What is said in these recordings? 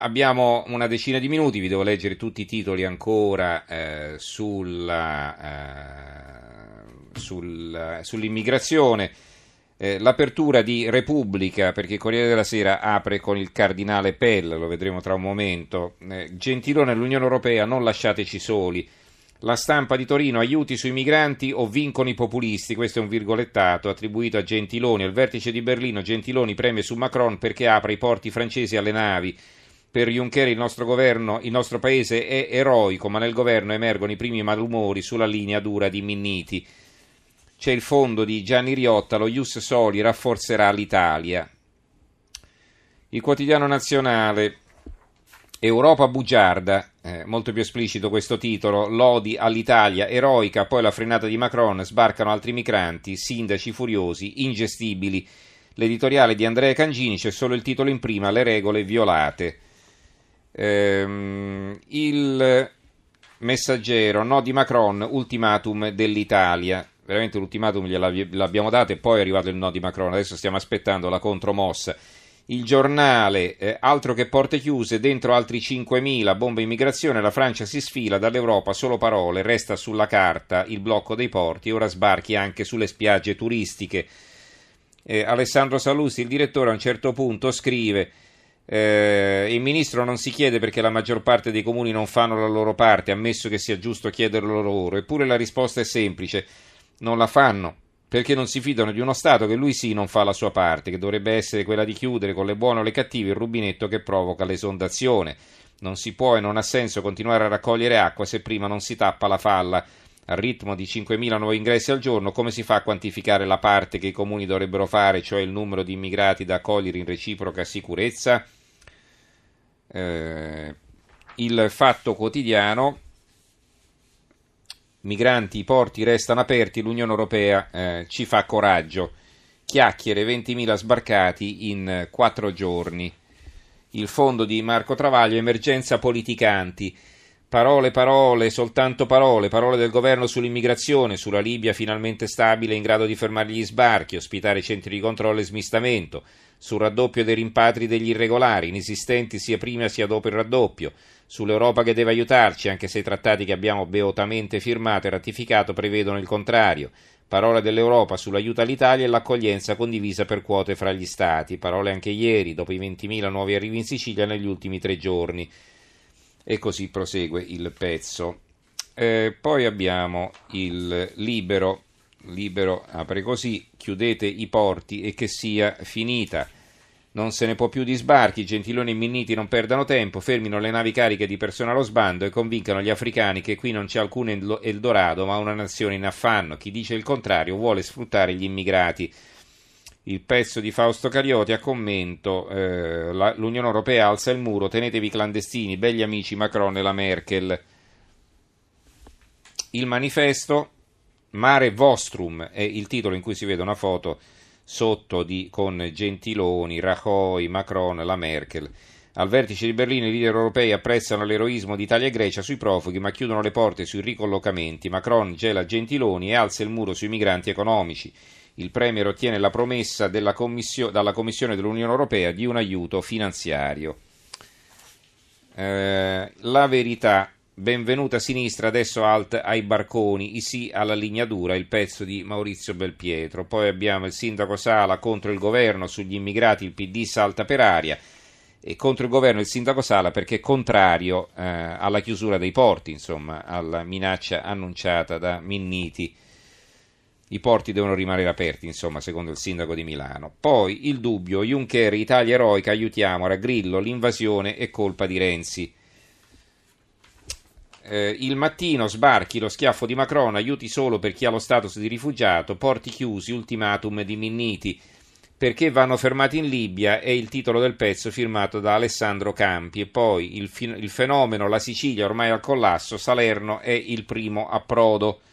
Abbiamo una decina di minuti, vi devo leggere tutti i titoli ancora sull'immigrazione. L'apertura di Repubblica, perché il Corriere della Sera apre con il cardinale Pell, lo vedremo tra un momento. Gentiloni all'Unione Europea, non lasciateci soli. La Stampa di Torino, aiuti sui migranti o vincono i populisti, questo è un virgolettato attribuito a Gentiloni. Al vertice di Berlino Gentiloni preme su Macron perché apre i porti francesi alle navi. Per Juncker il nostro paese è eroico, ma nel governo emergono i primi malumori sulla linea dura di Minniti. C'è il fondo di Gianni Riotta, lo Ius Soli rafforzerà l'Italia. Il Quotidiano Nazionale, Europa bugiarda, molto più esplicito questo titolo, lodi all'Italia eroica, poi la frenata di Macron, sbarcano altri migranti, sindaci furiosi, ingestibili. L'editoriale di Andrea Cangini, c'è solo il titolo in prima, le regole violate. Il Messaggero, no di Macron, ultimatum dell'Italia. Veramente l'ultimatum gliel'abbiamo dato e poi è arrivato il no di Macron, adesso stiamo aspettando la contromossa. Il Giornale, altro che porte chiuse, dentro altri 5.000, bomba immigrazione, la Francia si sfila dall'Europa, solo parole, resta sulla carta il blocco dei porti e ora sbarchi anche sulle spiagge turistiche. Alessandro Sallusti, il direttore, a un certo punto scrive: il ministro non si chiede perché la maggior parte dei comuni non fanno la loro parte, ammesso che sia giusto chiederlo loro, eppure la risposta è semplice: non la fanno perché non si fidano di uno Stato che lui sì non fa la sua parte, che dovrebbe essere quella di chiudere con le buone o le cattive il rubinetto che provoca l'esondazione. Non si può e non ha senso continuare a raccogliere acqua se prima non si tappa la falla. Al ritmo di 5.000 nuovi ingressi al giorno, come si fa a quantificare la parte che i comuni dovrebbero fare, cioè il numero di immigrati da accogliere in reciproca sicurezza? Il Fatto Quotidiano, migranti, i porti restano aperti, l'Unione Europea ci fa coraggio. Chiacchiere, 20.000 sbarcati in 4 giorni. Il fondo di Marco Travaglio, emergenza politicanti. Parole, parole, soltanto parole, parole del governo sull'immigrazione, sulla Libia finalmente stabile in grado di fermare gli sbarchi, ospitare centri di controllo e smistamento, sul raddoppio dei rimpatri degli irregolari, inesistenti sia prima sia dopo il raddoppio, sull'Europa che deve aiutarci, anche se i trattati che abbiamo beotamente firmato e ratificato prevedono il contrario. Parole dell'Europa sull'aiuto all'Italia e l'accoglienza condivisa per quote fra gli Stati. Parole anche ieri, dopo i 20.000 nuovi arrivi in Sicilia negli ultimi 3 giorni. E così prosegue il pezzo. Poi abbiamo il Libero. Libero apre così: chiudete i porti e che sia finita. Non se ne può più di sbarchi, Gentiloni e Minniti non perdano tempo, fermino le navi cariche di persone allo sbando e convincano gli africani che qui non c'è alcun Eldorado ma una nazione in affanno. Chi dice il contrario vuole sfruttare gli immigrati. Il pezzo di Fausto Carioti a commento, l'Unione Europea alza il muro, tenetevi clandestini, begli amici Macron e la Merkel. Il Manifesto, Mare Vostrum è il titolo in cui si vede una foto sotto con Gentiloni, Rajoy, Macron, la Merkel. Al vertice di Berlino i leader europei apprezzano l'eroismo di Italia e Grecia sui profughi ma chiudono le porte sui ricollocamenti. Macron gela Gentiloni e alza il muro sui migranti economici. Il Premier ottiene la promessa dalla Commissione dell'Unione Europea di un aiuto finanziario. La Verità, benvenuta sinistra, adesso alt ai barconi, i sì alla linea dura, il pezzo di Maurizio Belpietro. Poi abbiamo il sindaco Sala contro il governo, sugli immigrati il PD salta per aria, e contro il governo il sindaco Sala perché è contrario alla chiusura dei porti, insomma, alla minaccia annunciata da Minniti. I porti devono rimanere aperti, insomma, secondo il sindaco di Milano. Poi il Dubbio, Juncker, Italia eroica, aiutiamo, Grillo, l'invasione è colpa di Renzi. Il Mattino, sbarchi, lo schiaffo di Macron, aiuti solo per chi ha lo status di rifugiato, porti chiusi, ultimatum di Minniti. Perché vanno fermati in Libia è il titolo del pezzo firmato da Alessandro Campi. E poi il fenomeno, la Sicilia ormai al collasso, Salerno è il primo approdo.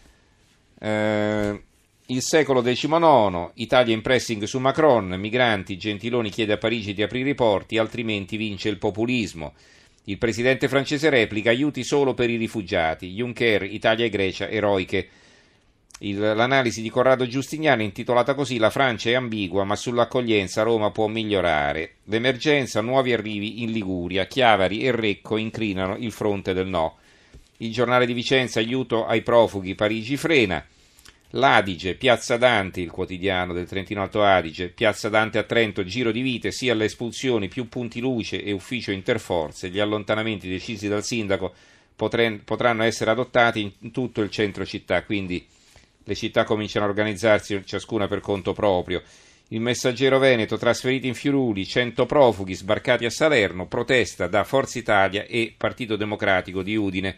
Il Secolo XIX, Italia in pressing su Macron, migranti, Gentiloni chiede a Parigi di aprire i porti, altrimenti vince il populismo. Il presidente francese replica, aiuti solo per i rifugiati, Juncker, Italia e Grecia eroiche. L'analisi di Corrado Giustiniani è intitolata così: la Francia è ambigua, ma sull'accoglienza Roma può migliorare. L'emergenza, nuovi arrivi in Liguria, Chiavari e Recco incrinano il fronte del no. Il giornale di Vicenza, aiuto ai profughi, Parigi frena. L'Adige, Piazza Dante, il quotidiano del Trentino Alto Adige, Piazza Dante a Trento, giro di vite, sia alle espulsioni, più punti luce e ufficio interforze. Gli allontanamenti decisi dal sindaco potranno essere adottati in tutto il centro città, quindi le città cominciano a organizzarsi ciascuna per conto proprio. Il Messaggero Veneto, trasferiti in Friuli, 100 profughi sbarcati a Salerno, protesta da Forza Italia e Partito Democratico di Udine.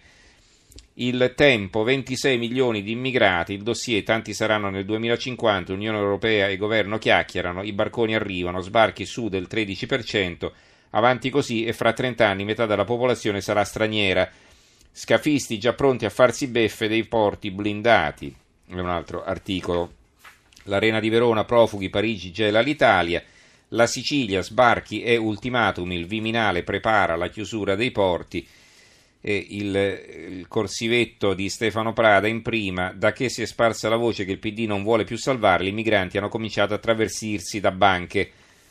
Il Tempo, 26 milioni di immigrati, il dossier tanti saranno nel 2050, Unione Europea e Governo chiacchierano, i barconi arrivano, sbarchi su del 13%, avanti così e fra 30 anni metà della popolazione sarà straniera. Scafisti già pronti a farsi beffe dei porti blindati, è un altro articolo. L'Arena di Verona, profughi, Parigi gela l'Italia, la Sicilia, sbarchi e ultimatum, il Viminale prepara la chiusura dei porti. E il corsivetto di Stefano Prada in prima: da che si è sparsa la voce che il PD non vuole più salvarli, i migranti hanno cominciato a travestirsi da banche.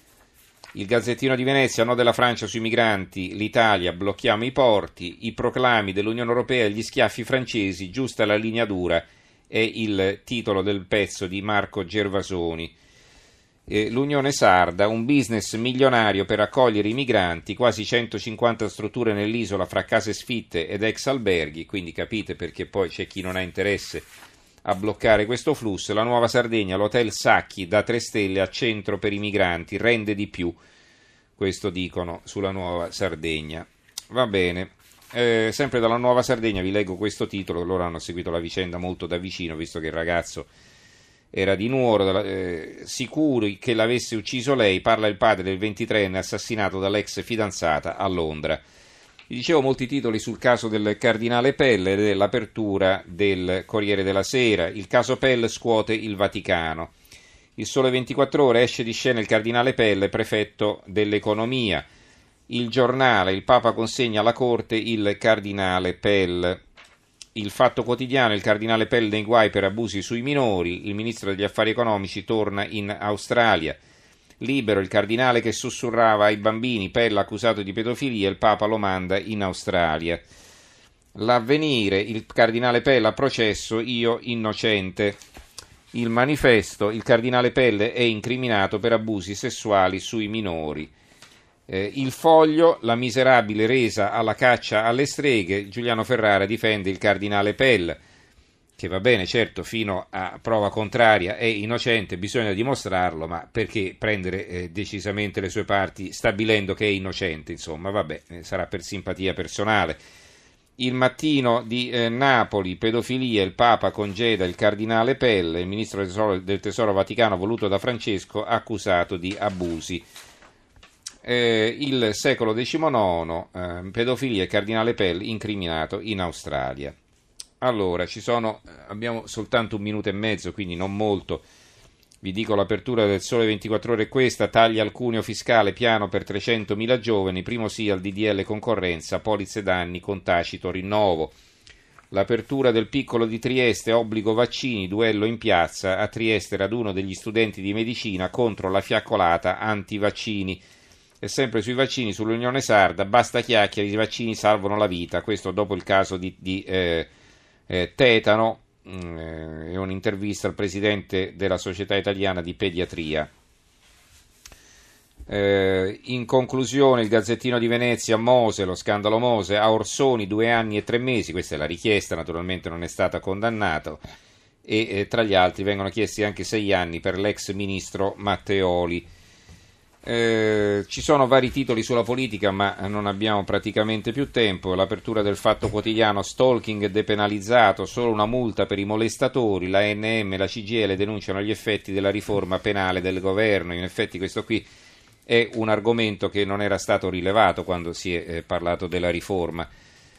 Il Gazzettino di Venezia, no della Francia sui migranti, l'Italia, blocchiamo i porti, i proclami dell'Unione Europea e gli schiaffi francesi, giusta la linea dura, è il titolo del pezzo di Marco Gervasoni. L'Unione Sarda, un business milionario per accogliere i migranti, quasi 150 strutture nell'isola fra case sfitte ed ex alberghi, quindi capite perché poi c'è chi non ha interesse a bloccare questo flusso. La Nuova Sardegna, l'hotel Sacchi da 3 stelle a centro per i migranti, rende di più, questo dicono sulla Nuova Sardegna. Va bene, sempre dalla Nuova Sardegna vi leggo questo titolo, loro hanno seguito la vicenda molto da vicino, visto che il ragazzo era di Nuoro, sicuri che l'avesse ucciso lei, parla il padre del 23enne assassinato dall'ex fidanzata a Londra. Vi dicevo molti titoli sul caso del cardinale Pell e dell'apertura del Corriere della Sera. Il caso Pell scuote il Vaticano. Il Sole 24 Ore, esce di scena il cardinale Pell, prefetto dell'economia. Il Giornale, il Papa consegna alla Corte il cardinale Pell. Il Fatto Quotidiano, il cardinale Pell nei guai per abusi sui minori, il ministro degli affari economici torna in Australia. Libero, il cardinale che sussurrava ai bambini, Pell accusato di pedofilia, il Papa lo manda in Australia. L'Avvenire, il cardinale Pell a processo, io innocente. Il Manifesto, il cardinale Pell è incriminato per abusi sessuali sui minori. Il Foglio, la miserabile resa alla caccia alle streghe, Giuliano Ferrara difende il cardinale Pell, che va bene, certo, fino a prova contraria è innocente, bisogna dimostrarlo, ma perché prendere decisamente le sue parti stabilendo che è innocente, insomma, vabbè, sarà per simpatia personale. Il Mattino di Napoli, pedofilia, il Papa congeda il cardinale Pell, il ministro del Tesoro Vaticano voluto da Francesco accusato di abusi. Il Secolo XIX, pedofilia e cardinale Pell incriminato in Australia. Allora, abbiamo soltanto 1 minuto e mezzo, quindi non molto. Vi dico l'apertura del Sole 24 Ore è questa: taglia al cuneo fiscale, piano per 300.000 giovani, primo sì al DDL concorrenza, polizze danni con tacito rinnovo. L'apertura del Piccolo di Trieste, obbligo vaccini, duello in piazza, a Trieste raduno degli studenti di medicina contro la fiaccolata anti-vaccini. E sempre sui vaccini, sull'Unione Sarda, basta chiacchiere, i vaccini salvano la vita, questo dopo il caso di tetano, è un'intervista al presidente della Società Italiana di Pediatria. In conclusione, il Gazzettino di Venezia, Mose, lo scandalo Mose, a Orsoni 2 anni e 3 mesi, questa è la richiesta, naturalmente non è stata condannato, e tra gli altri vengono chiesti anche 6 anni per l'ex ministro Matteoli. Ci sono vari titoli sulla politica, ma non abbiamo praticamente più tempo. L'apertura del Fatto Quotidiano, stalking depenalizzato, solo una multa per i molestatori, la ANM e la CGIL denunciano gli effetti della riforma penale del governo. In effetti questo qui è un argomento che non era stato rilevato quando si è parlato della riforma.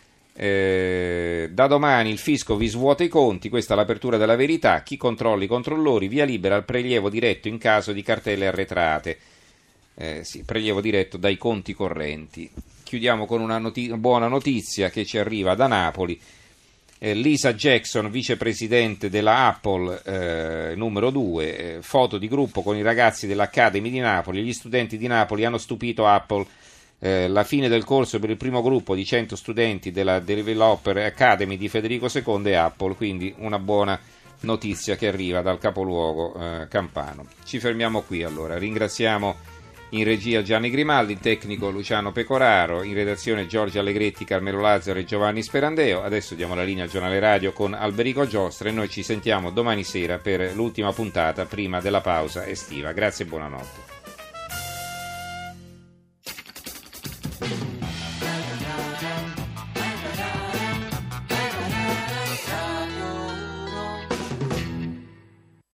Da domani il fisco vi svuota i conti, questa è l'apertura della Verità, chi controlla i controllori, via libera al prelievo diretto in caso di cartelle arretrate. Sì, prelievo diretto dai conti correnti. Chiudiamo con una buona notizia che ci arriva da Napoli. Lisa Jackson, vicepresidente della Apple, numero 2, foto di gruppo con i ragazzi dell'Academy di Napoli. Gli studenti di Napoli hanno stupito Apple. La fine del corso per il primo gruppo di 100 studenti della Developer Academy di Federico II e Apple, quindi una buona notizia che arriva dal capoluogo campano. Ci fermiamo qui allora, ringraziamo in regia Gianni Grimaldi, il tecnico Luciano Pecoraro, in redazione Giorgio Allegretti, Carmelo Lazzaro e Giovanni Sperandeo. Adesso diamo la linea al giornale radio con Alberico Giostra e noi ci sentiamo domani sera per l'ultima puntata prima della pausa estiva. Grazie e buonanotte.